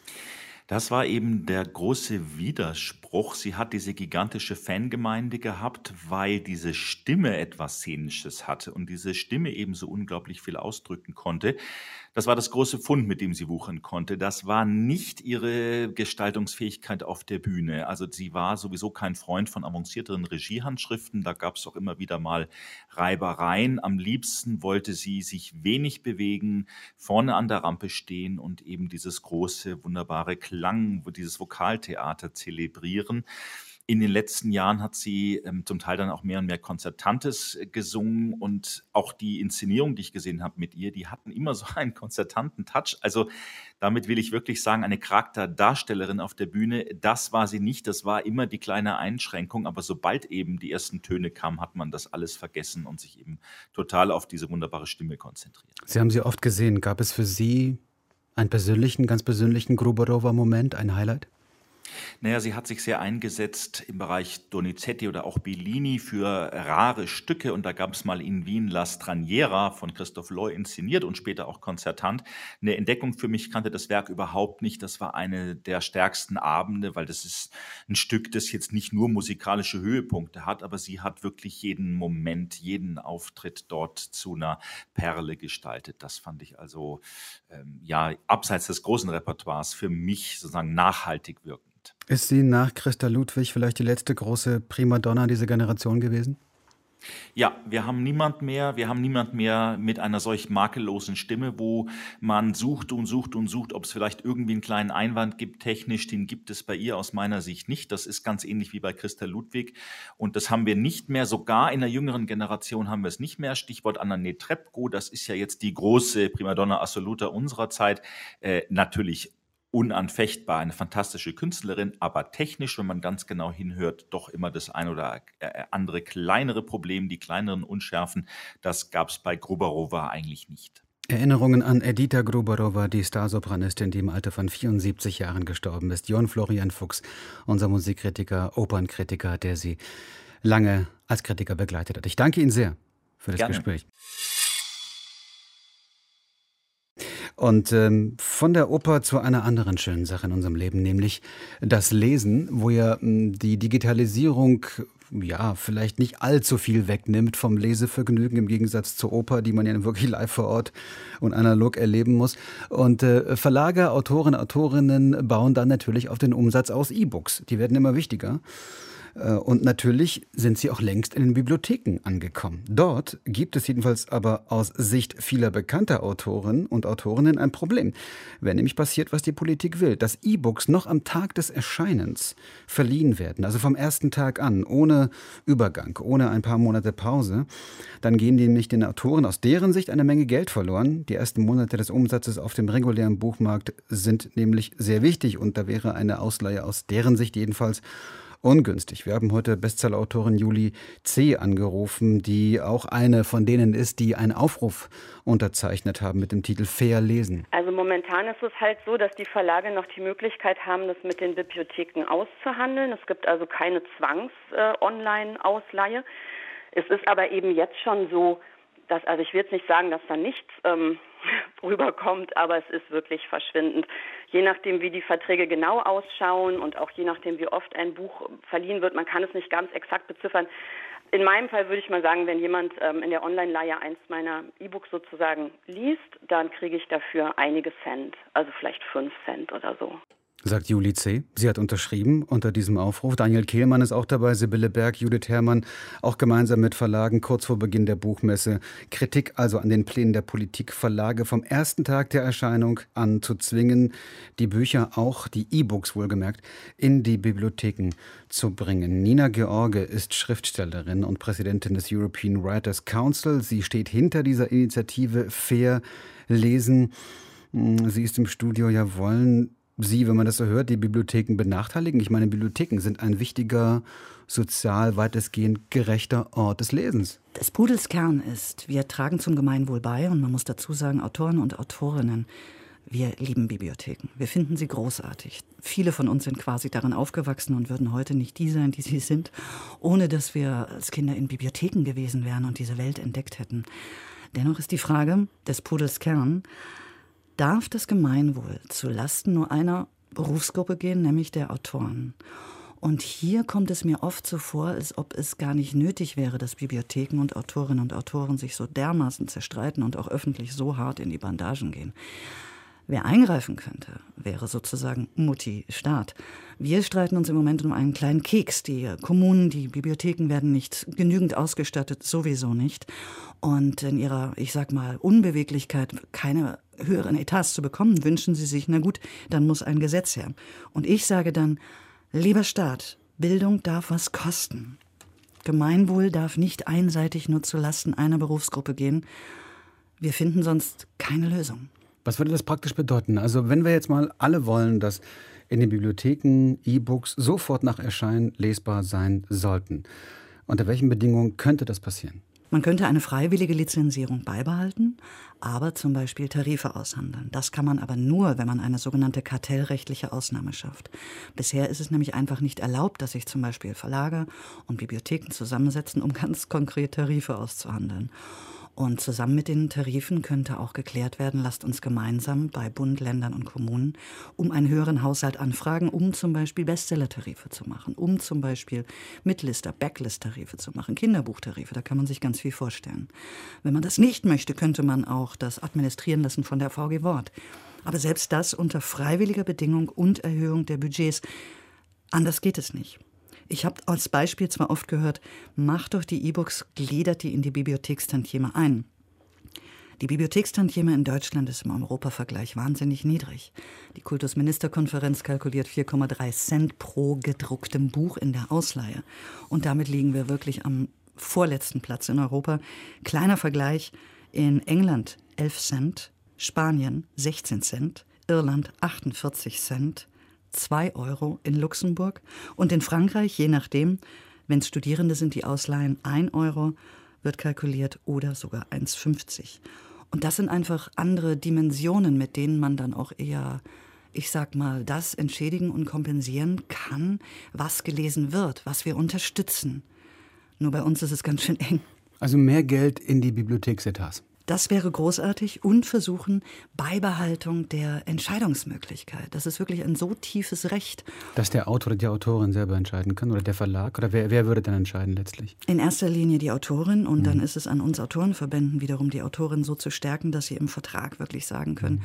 Das war eben der große Widerspruch. Sie hat diese gigantische Fangemeinde gehabt, weil diese Stimme etwas Szenisches hatte und diese Stimme eben so unglaublich viel ausdrücken konnte. Das war das große Pfund, mit dem sie wuchern konnte. Das war nicht ihre Gestaltungsfähigkeit auf der Bühne. Also sie war sowieso kein Freund von avancierteren Regiehandschriften. Da gab es auch immer wieder mal Reibereien. Am liebsten wollte sie sich wenig bewegen, vorne an der Rampe stehen und eben dieses große, wunderbare Klang, dieses Vokaltheater zelebrieren. In den letzten Jahren hat sie zum Teil dann auch mehr und mehr Konzertantes gesungen und auch die Inszenierung, die ich gesehen habe mit ihr, die hatten immer so einen konzertanten Touch. Also damit will ich wirklich sagen, eine Charakterdarstellerin auf der Bühne, das war sie nicht, das war immer die kleine Einschränkung, aber sobald eben die ersten Töne kamen, hat man das alles vergessen und sich eben total auf diese wunderbare Stimme konzentriert. Sie haben sie oft gesehen. Gab es für Sie einen persönlichen, ganz persönlichen Gruberova-Moment, ein Highlight? Naja, sie hat sich sehr eingesetzt im Bereich Donizetti oder auch Bellini für rare Stücke und da gab es mal in Wien La Straniera von Christoph Loy inszeniert und später auch konzertant. Eine Entdeckung für mich, kannte das Werk überhaupt nicht. Das war eine der stärksten Abende, weil das ist ein Stück, das jetzt nicht nur musikalische Höhepunkte hat, aber sie hat wirklich jeden Moment, jeden Auftritt dort zu einer Perle gestaltet. Das fand ich also ja abseits des großen Repertoires für mich sozusagen nachhaltig wirkend. Ist sie nach Christa Ludwig vielleicht die letzte große Primadonna dieser Generation gewesen? Ja, wir haben niemand mehr mit einer solch makellosen Stimme, wo man sucht und sucht und sucht, ob es vielleicht irgendwie einen kleinen Einwand gibt, technisch, den gibt es bei ihr aus meiner Sicht nicht. Das ist ganz ähnlich wie bei Christa Ludwig und das haben wir nicht mehr, sogar in der jüngeren Generation haben wir es nicht mehr. Stichwort Anna Netrebko, das ist ja jetzt die große Primadonna Assoluta unserer Zeit, natürlich unanfechtbar, eine fantastische Künstlerin, aber technisch, wenn man ganz genau hinhört, doch immer das ein oder andere kleinere Problem, die kleineren Unschärfen, das gab es bei Gruberova eigentlich nicht. Erinnerungen an Edita Gruberova, die Starsopranistin, die im Alter von 74 Jahren gestorben ist. Jörn Florian Fuchs, unser Musikkritiker, Opernkritiker, der sie lange als Kritiker begleitet hat. Ich danke Ihnen sehr für das Gespräch. Und von der Oper zu einer anderen schönen Sache in unserem Leben, nämlich das Lesen, wo ja die Digitalisierung ja vielleicht nicht allzu viel wegnimmt vom Lesevergnügen im Gegensatz zur Oper, die man ja wirklich live vor Ort und analog erleben muss. Und Verlage, Autorinnen bauen dann natürlich auf den Umsatz aus E-Books. Die werden immer wichtiger. Und natürlich sind sie auch längst in den Bibliotheken angekommen. Dort gibt es jedenfalls aber aus Sicht vieler bekannter Autoren und Autorinnen ein Problem. Wenn nämlich passiert, was die Politik will, dass E-Books noch am Tag des Erscheinens verliehen werden, also vom ersten Tag an, ohne Übergang, ohne ein paar Monate Pause, dann gehen nämlich den Autoren aus deren Sicht eine Menge Geld verloren. Die ersten Monate des Umsatzes auf dem regulären Buchmarkt sind nämlich sehr wichtig und da wäre eine Ausleihe aus deren Sicht jedenfalls ungünstig. Wir haben heute Bestsellerautorin Julie C. angerufen, die auch eine von denen ist, die einen Aufruf unterzeichnet haben mit dem Titel Fair lesen. Also momentan ist es halt so, dass die Verlage noch die Möglichkeit haben, das mit den Bibliotheken auszuhandeln. Es gibt also keine Zwangs-Online-Ausleihe. Es ist aber eben jetzt schon so, dass, also ich will jetzt nicht sagen, dass da nichts rüberkommt, aber es ist wirklich verschwindend. Je nachdem, wie die Verträge genau ausschauen und auch je nachdem, wie oft ein Buch verliehen wird, man kann es nicht ganz exakt beziffern. In meinem Fall würde ich mal sagen, wenn jemand in der Online-Leihe eins meiner E-Books sozusagen liest, dann kriege ich dafür einige Cent, also vielleicht 5 Cent oder so. Sagt Julie C. Sie hat unterschrieben unter diesem Aufruf. Daniel Kehlmann ist auch dabei, Sibylle Berg, Judith Herrmann, auch gemeinsam mit Verlagen kurz vor Beginn der Buchmesse. Kritik also an den Plänen der Politik, Verlage vom ersten Tag der Erscheinung an zu zwingen, die Bücher, auch die E-Books wohlgemerkt, in die Bibliotheken zu bringen. Nina George ist Schriftstellerin und Präsidentin des European Writers Council. Sie steht hinter dieser Initiative Fair Lesen. Sie ist im Studio. Ja, wollen Sie, wenn man das so hört, die Bibliotheken benachteiligen? Ich meine, Bibliotheken sind ein wichtiger, sozial weitestgehend gerechter Ort des Lesens. Des Pudels Kern ist, wir tragen zum Gemeinwohl bei und man muss dazu sagen, Autoren und Autorinnen, wir lieben Bibliotheken. Wir finden sie großartig. Viele von uns sind quasi darin aufgewachsen und würden heute nicht die sein, die sie sind, ohne dass wir als Kinder in Bibliotheken gewesen wären und diese Welt entdeckt hätten. Dennoch ist die Frage des Pudels Kern: Darf das Gemeinwohl zu Lasten nur einer Berufsgruppe gehen, nämlich der Autoren? Und hier kommt es mir oft so vor, als ob es gar nicht nötig wäre, dass Bibliotheken und Autorinnen und Autoren sich so dermaßen zerstreiten und auch öffentlich so hart in die Bandagen gehen. Wer eingreifen könnte, wäre sozusagen Mutti Staat. Wir streiten uns im Moment um einen kleinen Keks. Die Kommunen, die Bibliotheken werden nicht genügend ausgestattet, sowieso nicht. Und in ihrer, ich sag mal, Unbeweglichkeit, keine höheren Etats zu bekommen, wünschen sie sich, na gut, dann muss ein Gesetz her. Und ich sage dann, lieber Staat, Bildung darf was kosten. Gemeinwohl darf nicht einseitig nur zu Lasten einer Berufsgruppe gehen. Wir finden sonst keine Lösung. Was würde das praktisch bedeuten? Also wenn wir jetzt mal alle wollen, dass in den Bibliotheken E-Books sofort nach Erscheinen lesbar sein sollten, unter welchen Bedingungen könnte das passieren? Man könnte eine freiwillige Lizenzierung beibehalten, aber zum Beispiel Tarife aushandeln. Das kann man aber nur, wenn man eine sogenannte kartellrechtliche Ausnahme schafft. Bisher ist es nämlich einfach nicht erlaubt, dass sich zum Beispiel Verlage und Bibliotheken zusammensetzen, um ganz konkret Tarife auszuhandeln. Und zusammen mit den Tarifen könnte auch geklärt werden, lasst uns gemeinsam bei Bund, Ländern und Kommunen um einen höheren Haushalt anfragen, um zum Beispiel Bestseller-Tarife zu machen, um zum Beispiel Mitlister-, Backlist-Tarife zu machen, Kinderbuchtarife, da kann man sich ganz viel vorstellen. Wenn man das nicht möchte, könnte man auch das administrieren lassen von der VG Wort. Aber selbst das unter freiwilliger Bedingung und Erhöhung der Budgets. Anders geht es nicht. Ich habe als Beispiel zwar oft gehört, macht doch die E-Books, gliedert die in die Bibliothekstantieme ein. Die Bibliothekstantieme in Deutschland ist im Europavergleich wahnsinnig niedrig. Die Kultusministerkonferenz kalkuliert 4,3 Cent pro gedrucktem Buch in der Ausleihe. Und damit liegen wir wirklich am vorletzten Platz in Europa. Kleiner Vergleich, in England 11 Cent, Spanien 16 Cent, Irland 48 Cent, 2 Euro in Luxemburg und in Frankreich, je nachdem, wenn es Studierende sind, die ausleihen, 1 Euro wird kalkuliert oder sogar 1,50. Und das sind einfach andere Dimensionen, mit denen man dann auch eher, ich sag mal, das entschädigen und kompensieren kann, was gelesen wird, was wir unterstützen. Nur bei uns ist es ganz schön eng. Also mehr Geld in die Bibliotheksetats. Das wäre großartig und versuchen Beibehaltung der Entscheidungsmöglichkeit. Das ist wirklich ein so tiefes Recht. Dass der Autor oder die Autorin selber entscheiden kann oder der Verlag? Oder wer würde dann entscheiden letztlich? In erster Linie die Autorin und dann ist es an uns Autorenverbänden wiederum, die Autorin so zu stärken, dass sie im Vertrag wirklich sagen können,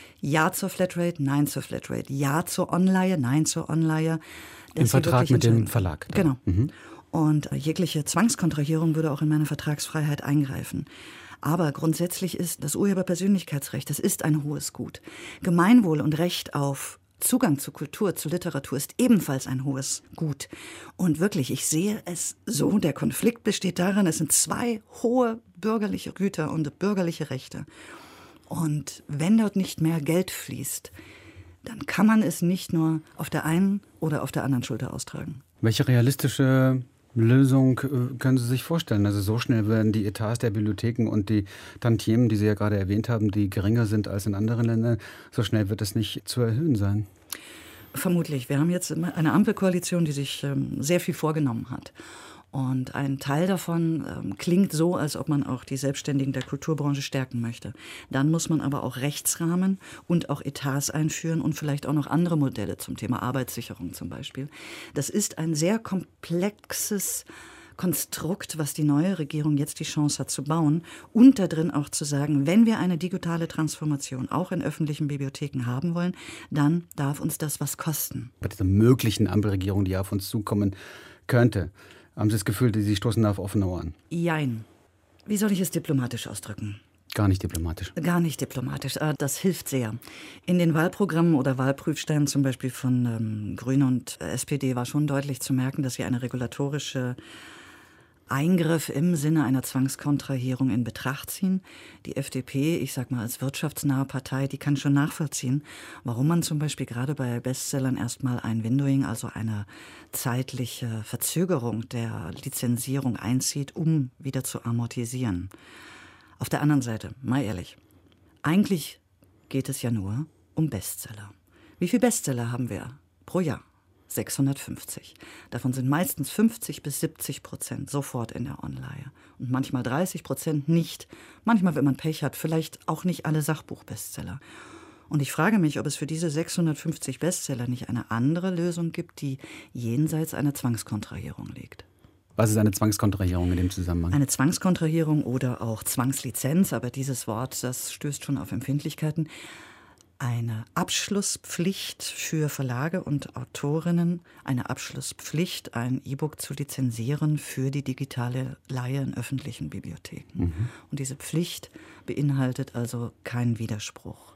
ja zur Flatrate, nein zur Flatrate, ja zur Onleihe, nein zur Onleihe. Im Vertrag mit dem Verlag. Dann. Genau. Und jegliche Zwangskontrahierung würde auch in meine Vertragsfreiheit eingreifen. Aber grundsätzlich ist das Urheberpersönlichkeitsrecht, das ist ein hohes Gut. Gemeinwohl und Recht auf Zugang zu Kultur, zu Literatur ist ebenfalls ein hohes Gut. Und wirklich, ich sehe es so, der Konflikt besteht darin, es sind 2 hohe bürgerliche Güter und bürgerliche Rechte. Und wenn dort nicht mehr Geld fließt, dann kann man es nicht nur auf der einen oder auf der anderen Schulter austragen. Welche realistische Lösung können Sie sich vorstellen? Also so schnell werden die Etats der Bibliotheken und die Tantiemen, die Sie ja gerade erwähnt haben, die geringer sind als in anderen Ländern, so schnell wird es nicht zu erhöhen sein. Vermutlich. Wir haben jetzt eine Ampelkoalition, die sich sehr viel vorgenommen hat. Und ein Teil davon klingt so, als ob man auch die Selbstständigen der Kulturbranche stärken möchte. Dann muss man aber auch Rechtsrahmen und auch Etats einführen und vielleicht auch noch andere Modelle zum Thema Arbeitssicherung zum Beispiel. Das ist ein sehr komplexes Konstrukt, was die neue Regierung jetzt die Chance hat zu bauen und da drin auch zu sagen, wenn wir eine digitale Transformation auch in öffentlichen Bibliotheken haben wollen, dann darf uns das was kosten. Bei dieser möglichen Ampelregierung, die auf uns zukommen könnte, haben Sie das Gefühl, Sie stoßen da auf offene Ohren? Jein. Wie soll ich es diplomatisch ausdrücken? Gar nicht diplomatisch. Gar nicht diplomatisch. Das hilft sehr. In den Wahlprogrammen oder Wahlprüfsteinen zum Beispiel von Grüne und SPD war schon deutlich zu merken, dass sie eine regulatorische Eingriff im Sinne einer Zwangskontrahierung in Betracht ziehen. Die FDP, ich sag mal als wirtschaftsnahe Partei, die kann schon nachvollziehen, warum man zum Beispiel gerade bei Bestsellern erstmal ein Windowing, also eine zeitliche Verzögerung der Lizenzierung einzieht, um wieder zu amortisieren. Auf der anderen Seite, mal ehrlich, eigentlich geht es ja nur um Bestseller. Wie viele Bestseller haben wir pro Jahr? 650. Davon sind meistens 50-70% sofort in der Online und manchmal 30% nicht. Manchmal, wenn man Pech hat, vielleicht auch nicht alle Sachbuchbestseller. Und ich frage mich, ob es für diese 650 Bestseller nicht eine andere Lösung gibt, die jenseits einer Zwangskontrahierung liegt. Was ist eine Zwangskontrahierung in dem Zusammenhang? Eine Zwangskontrahierung oder auch Zwangslizenz, aber dieses Wort, das stößt schon auf Empfindlichkeiten. Eine Abschlusspflicht für Verlage und Autorinnen, eine Abschlusspflicht, ein E-Book zu lizenzieren für die digitale Leihe in öffentlichen Bibliotheken. Und diese Pflicht beinhaltet also keinen Widerspruch.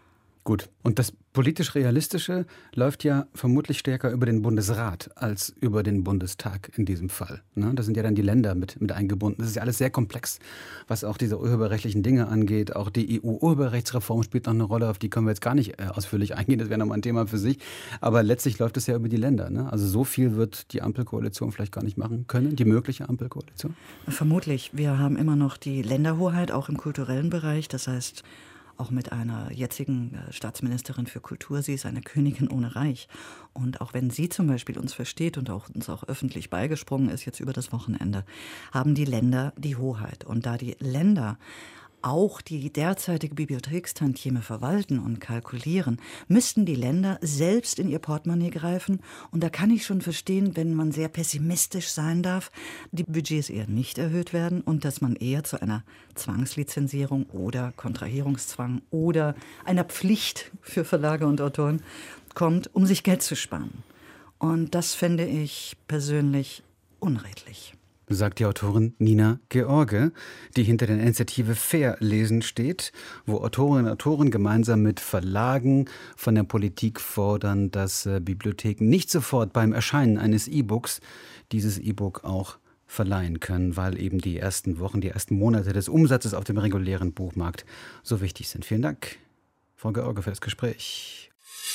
Gut. Und das politisch Realistische läuft ja vermutlich stärker über den Bundesrat als über den Bundestag in diesem Fall. Ne? Da sind ja dann die Länder mit eingebunden. Das ist ja alles sehr komplex, was auch diese urheberrechtlichen Dinge angeht. Auch die EU-Urheberrechtsreform spielt noch eine Rolle, auf die können wir jetzt gar nicht ausführlich eingehen. Das wäre nochmal ein Thema für sich. Aber letztlich läuft es ja über die Länder. Ne? Also so viel wird die Ampelkoalition vielleicht gar nicht machen können, die mögliche Ampelkoalition. Vermutlich. Wir haben immer noch die Länderhoheit, auch im kulturellen Bereich. Das heißt, auch mit einer jetzigen Staatsministerin für Kultur. Sie ist eine Königin ohne Reich. Und auch wenn sie zum Beispiel uns versteht und uns auch öffentlich beigesprungen ist, jetzt über das Wochenende, haben die Länder die Hoheit. Und da die Länder auch die derzeitige Bibliothekstantieme verwalten und kalkulieren, müssten die Länder selbst in ihr Portemonnaie greifen. Und da kann ich schon verstehen, wenn man sehr pessimistisch sein darf, die Budgets eher nicht erhöht werden und dass man eher zu einer Zwangslizenzierung oder Kontrahierungszwang oder einer Pflicht für Verlage und Autoren kommt, um sich Geld zu sparen. Und das fände ich persönlich unredlich. Sagt die Autorin Nina George, die hinter der Initiative Fair Lesen steht, wo Autorinnen und Autoren gemeinsam mit Verlagen von der Politik fordern, dass Bibliotheken nicht sofort beim Erscheinen eines E-Books dieses E-Book auch verleihen können, weil eben die ersten Wochen, die ersten Monate des Umsatzes auf dem regulären Buchmarkt so wichtig sind. Vielen Dank, Frau George, für das Gespräch.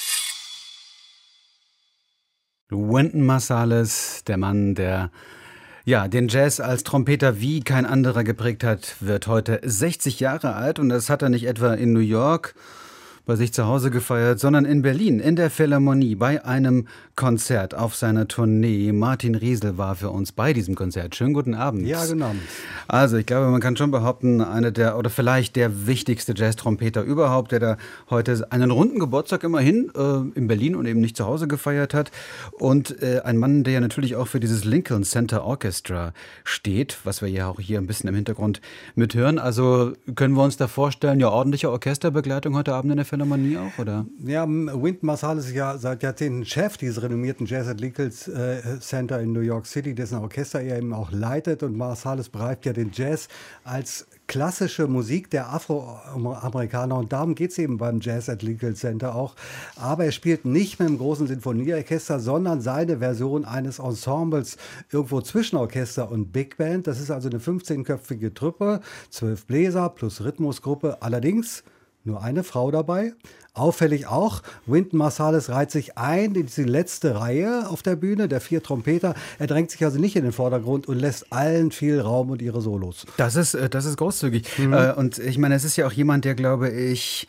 Wynton Marsalis, der Mann, der den Jazz als Trompeter wie kein anderer geprägt hat, wird heute 60 Jahre alt. Und das hat er nicht etwa in New York bei sich zu Hause gefeiert, sondern in Berlin, in der Philharmonie, bei einem Konzert auf seiner Tournee. Martin Riesel war für uns bei diesem Konzert. Schönen guten Abend. Ja, genau. Also ich glaube, man kann schon behaupten, einer der oder vielleicht der wichtigste Jazz-Trompeter überhaupt, der da heute einen runden Geburtstag immerhin in Berlin und eben nicht zu Hause gefeiert hat. Und ein Mann, der ja natürlich auch für dieses Lincoln Center Orchestra steht, was wir ja auch hier ein bisschen im Hintergrund mithören. Also können wir uns da vorstellen, ja, ordentliche Orchesterbegleitung heute Abend in der Philharmonie auch, oder? Ja, Wynton Marsalis ist ja seit Jahrzehnten Chef dieses renommierten Jazz at Lincoln Center in New York City, dessen Orchester er eben auch leitet. Und Marsalis beschreibt ja den Jazz als klassische Musik der Afroamerikaner. Und darum geht es eben beim Jazz at Lincoln Center auch. Aber er spielt nicht mit einem großen Sinfonieorchester, sondern seine Version eines Ensembles irgendwo zwischen Orchester und Big Band. Das ist also eine 15-köpfige Truppe, 12 Bläser plus Rhythmusgruppe. Allerdings nur eine Frau dabei. Auffällig auch, Wynton Marsalis reiht sich ein in die letzte Reihe auf der Bühne, der 4 Trompeter. Er drängt sich also nicht in den Vordergrund und lässt allen viel Raum und ihre Solos. Das ist großzügig. Und ich meine, es ist ja auch jemand, der, glaube ich,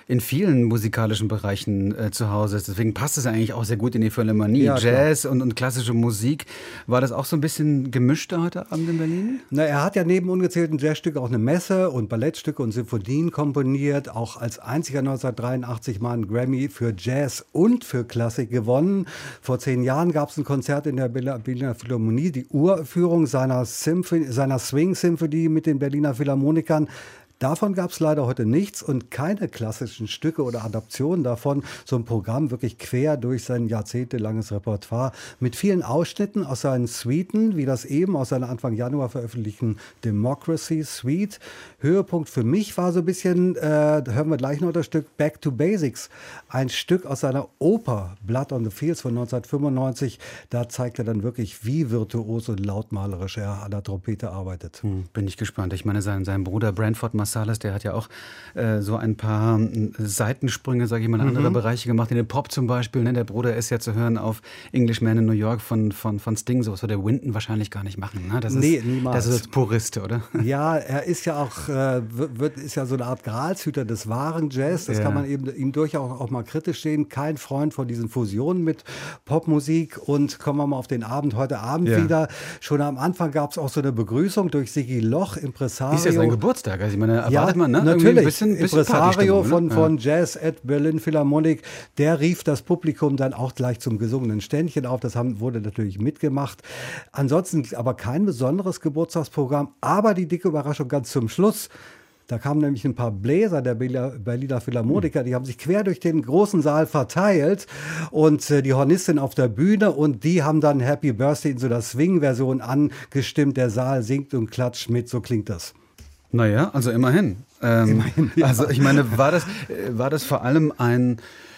in vielen musikalischen Bereichen zu Hause ist. Deswegen passt es eigentlich auch sehr gut in die Philharmonie. Ja, Jazz und klassische Musik. War das auch so ein bisschen gemischt heute Abend in Berlin? Na, er hat ja neben ungezählten Jazzstücken auch eine Messe und Ballettstücke und Sinfonien komponiert. Auch als einziger 1983 mal einen Grammy für Jazz und für Klassik gewonnen. Vor 10 Jahren gab es ein Konzert in der Berliner Philharmonie, die Uraufführung seiner Swing-Symphonie mit den Berliner Philharmonikern. Davon gab es leider heute nichts und keine klassischen Stücke oder Adaptionen davon. So ein Programm wirklich quer durch sein jahrzehntelanges Repertoire mit vielen Ausschnitten aus seinen Suiten, wie das eben aus seiner Anfang Januar veröffentlichten Democracy Suite. Höhepunkt für mich war so ein bisschen, da hören wir gleich noch das Stück Back to Basics, ein Stück aus seiner Oper Blood on the Fields von 1995. Da zeigt er dann wirklich, wie virtuos und lautmalerisch er an der Trompete arbeitet. Bin ich gespannt. Ich meine, sein Bruder Branford Marsalis, der hat ja auch so ein paar Seitensprünge, sage ich mal, in andere Bereiche gemacht. In den Pop zum Beispiel. Ne? Der Bruder ist ja zu hören auf Englishman in New York von Sting. Sowas würde der Wynton wahrscheinlich gar nicht machen. Ne? Niemals. Das ist Purist, oder? Ja, er ist ja auch ist ja so eine Art Gralshüter des wahren Jazz. Das kann man eben ihm durchaus auch mal kritisch sehen. Kein Freund von diesen Fusionen mit Popmusik. Und kommen wir mal auf den Abend heute Abend wieder. Schon am Anfang gab es auch so eine Begrüßung durch Sigi Loch, Impresario. Ist ja sein Geburtstag. Also ich meine, erwartet man, ne? Natürlich. Bisschen Impresario von Jazz at Berlin Philharmonic. Der rief das Publikum dann auch gleich zum gesungenen Ständchen auf. Das wurde natürlich mitgemacht. Ansonsten aber kein besonderes Geburtstagsprogramm. Aber die dicke Überraschung ganz zum Schluss. Da kamen nämlich ein paar Bläser der Berliner Philharmoniker, die haben sich quer durch den großen Saal verteilt und die Hornistin auf der Bühne und die haben dann Happy Birthday in so der Swing-Version angestimmt. Der Saal singt und klatscht mit, so klingt das. Naja, also immerhin. Immerhin, ja. Also ich meine, war das vor allem ein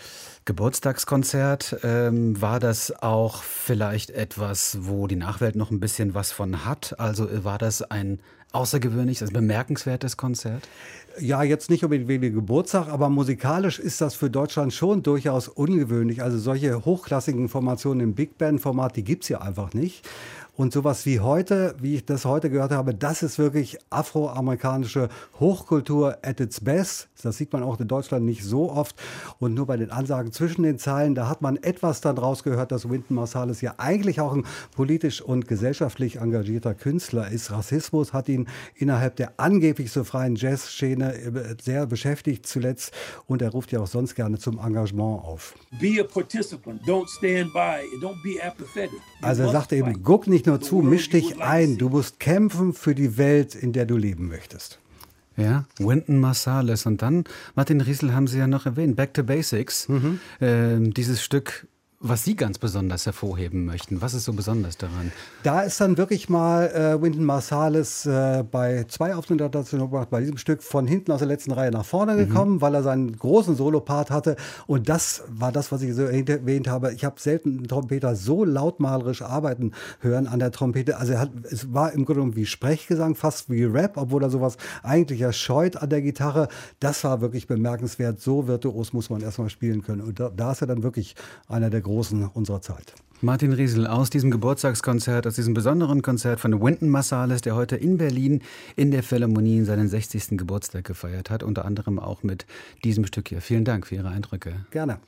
Geburtstagskonzert? War das auch vielleicht etwas, wo die Nachwelt noch ein bisschen was von hat? Also war das ein außergewöhnliches, also bemerkenswertes Konzert? Ja, jetzt nicht unbedingt wegen dem Geburtstag, aber musikalisch ist das für Deutschland schon durchaus ungewöhnlich. Also solche hochklassigen Formationen im Big Band-Format, die gibt es ja einfach nicht. Und sowas wie heute, wie ich das heute gehört habe, das ist wirklich afroamerikanische Hochkultur at its best. Das sieht man auch in Deutschland nicht so oft. Und nur bei den Ansagen zwischen den Zeilen, da hat man etwas dann rausgehört, dass Wynton Marsalis ja eigentlich auch ein politisch und gesellschaftlich engagierter Künstler ist. Rassismus hat ihn innerhalb der angeblich so freien Jazzszene sehr beschäftigt zuletzt. Und er ruft ja auch sonst gerne zum Engagement auf. Be a participant, don't stand by, don't be apathetic. Also er sagte eben, guck nicht nur zu, misch dich ein. Du musst kämpfen für die Welt, in der du leben möchtest. Ja, Wynton Marsalis. Und dann, Martin Riesel haben Sie ja noch erwähnt, Back to Basics. Dieses Stück, was Sie ganz besonders hervorheben möchten. Was ist so besonders daran? Da ist dann wirklich mal Wynton Marsalis bei 2 Auftritten gebracht, bei diesem Stück von hinten aus der letzten Reihe nach vorne gekommen, weil er seinen großen Solopart hatte. Und das war das, was ich so erwähnt habe. Ich habe selten einen Trompeter so lautmalerisch arbeiten hören an der Trompete. Also es war im Grunde genommen wie Sprechgesang, fast wie Rap, obwohl er sowas eigentlich ja scheut an der Gitarre. Das war wirklich bemerkenswert. So virtuos muss man erstmal spielen können. Und da ist er dann wirklich einer der Großen unserer Zeit. Martin Riesel aus diesem Geburtstagskonzert, aus diesem besonderen Konzert von Wynton Marsalis, der heute in Berlin in der Philharmonie seinen 60. Geburtstag gefeiert hat, unter anderem auch mit diesem Stück hier. Vielen Dank für Ihre Eindrücke. Gerne.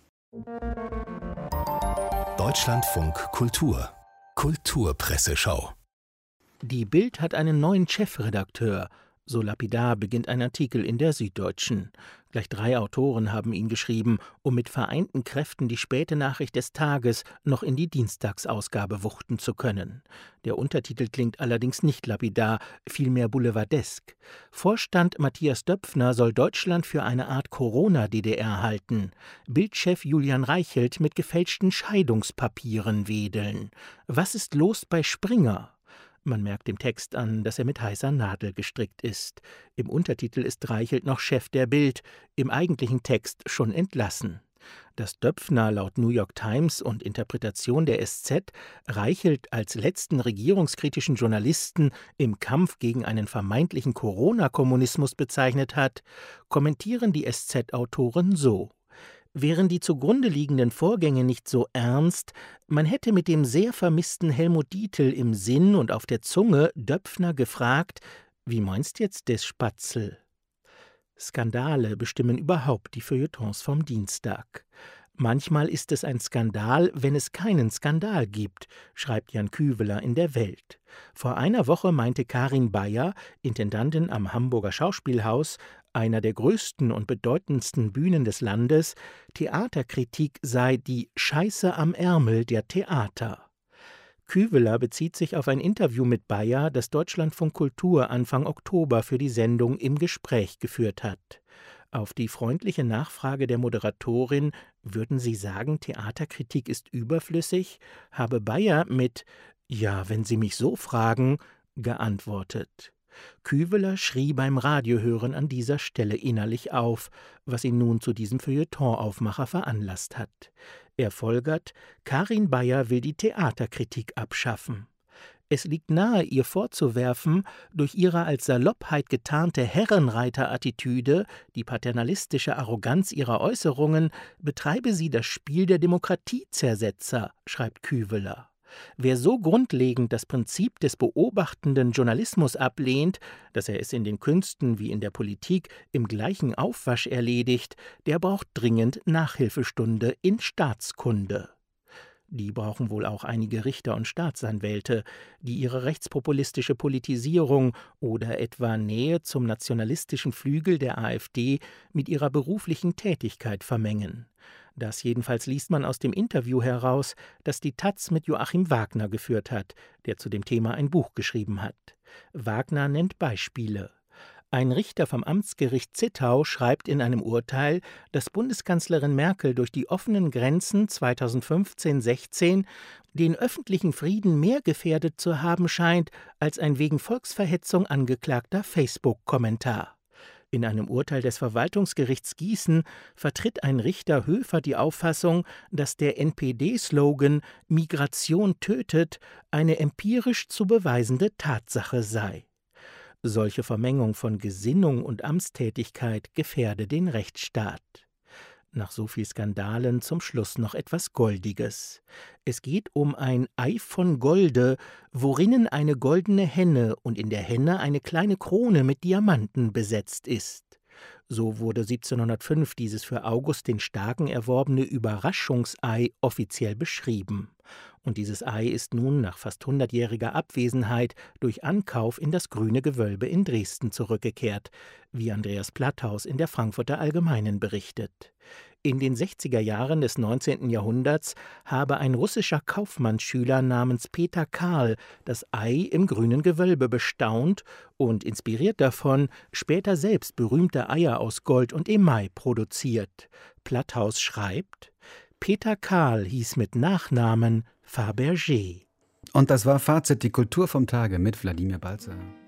Deutschlandfunk Kultur. Kulturpresseschau. Die Bild hat einen neuen Chefredakteur. So lapidar beginnt ein Artikel in der Süddeutschen. Gleich 3 Autoren haben ihn geschrieben, um mit vereinten Kräften die späte Nachricht des Tages noch in die Dienstagsausgabe wuchten zu können. Der Untertitel klingt allerdings nicht lapidar, vielmehr boulevardesk. Vorstand Matthias Döpfner soll Deutschland für eine Art Corona-DDR halten. Bildchef Julian Reichelt mit gefälschten Scheidungspapieren wedeln. Was ist los bei Springer? Man merkt dem Text an, dass er mit heißer Nadel gestrickt ist. Im Untertitel ist Reichelt noch Chef der Bild, im eigentlichen Text schon entlassen. Dass Döpfner laut New York Times und Interpretation der SZ Reichelt als letzten regierungskritischen Journalisten im Kampf gegen einen vermeintlichen Corona-Kommunismus bezeichnet hat, kommentieren die SZ-Autoren so: Wären die zugrunde liegenden Vorgänge nicht so ernst, man hätte mit dem sehr vermissten Helmut Dietl im Sinn und auf der Zunge Döpfner gefragt: Wie meinst jetzt des Spatzel? Skandale bestimmen überhaupt die Feuilletons vom Dienstag. Manchmal ist es ein Skandal, wenn es keinen Skandal gibt, schreibt Jan Küveler in der Welt. Vor einer Woche meinte Karin Bayer, Intendantin am Hamburger Schauspielhaus, einer der größten und bedeutendsten Bühnen des Landes, Theaterkritik sei die Scheiße am Ärmel der Theater. Küveler bezieht sich auf ein Interview mit Bayer, das Deutschlandfunk Kultur Anfang Oktober für die Sendung Im Gespräch geführt hat. Auf die freundliche Nachfrage der Moderatorin, würden Sie sagen, Theaterkritik ist überflüssig, habe Bayer mit »Ja, wenn Sie mich so fragen« geantwortet. Küveler schrie beim Radiohören an dieser Stelle innerlich auf, was ihn nun zu diesem Feuilletonaufmacher veranlasst hat. Er folgert, Karin Bayer will die Theaterkritik abschaffen. Es liegt nahe, ihr vorzuwerfen, durch ihre als Saloppheit getarnte Herrenreiterattitüde, die paternalistische Arroganz ihrer Äußerungen, betreibe sie das Spiel der Demokratiezersetzer, schreibt Küveler. Wer so grundlegend das Prinzip des beobachtenden Journalismus ablehnt, dass er es in den Künsten wie in der Politik im gleichen Aufwasch erledigt, der braucht dringend Nachhilfestunde in Staatskunde. Die brauchen wohl auch einige Richter und Staatsanwälte, die ihre rechtspopulistische Politisierung oder etwa Nähe zum nationalistischen Flügel der AfD mit ihrer beruflichen Tätigkeit vermengen. Das jedenfalls liest man aus dem Interview heraus, das die taz mit Joachim Wagner geführt hat, der zu dem Thema ein Buch geschrieben hat. Wagner nennt Beispiele. Ein Richter vom Amtsgericht Zittau schreibt in einem Urteil, dass Bundeskanzlerin Merkel durch die offenen Grenzen 2015/16 den öffentlichen Frieden mehr gefährdet zu haben scheint als ein wegen Volksverhetzung angeklagter Facebook-Kommentar. In einem Urteil des Verwaltungsgerichts Gießen vertritt ein Richter Höfer die Auffassung, dass der NPD-Slogan »Migration tötet« eine empirisch zu beweisende Tatsache sei. Solche Vermengung von Gesinnung und Amtstätigkeit gefährde den Rechtsstaat. Nach so viel Skandalen zum Schluss noch etwas Goldiges. Es geht um ein Ei von Golde, worinnen eine goldene Henne und in der Henne eine kleine Krone mit Diamanten besetzt ist. So wurde 1705 dieses für August den Starken erworbene Überraschungsei offiziell beschrieben. Und dieses Ei ist nun nach fast 100-jähriger Abwesenheit durch Ankauf in das Grüne Gewölbe in Dresden zurückgekehrt, wie Andreas Platthaus in der Frankfurter Allgemeinen berichtet. In den 60er Jahren des 19. Jahrhunderts habe ein russischer Kaufmannsschüler namens Peter Karl das Ei im Grünen Gewölbe bestaunt und, inspiriert davon, später selbst berühmte Eier aus Gold und Email produziert. Platthaus schreibt, Peter Karl hieß mit Nachnamen Fabergé. Und das war Fazit, die Kultur vom Tage mit Wladimir Balzer.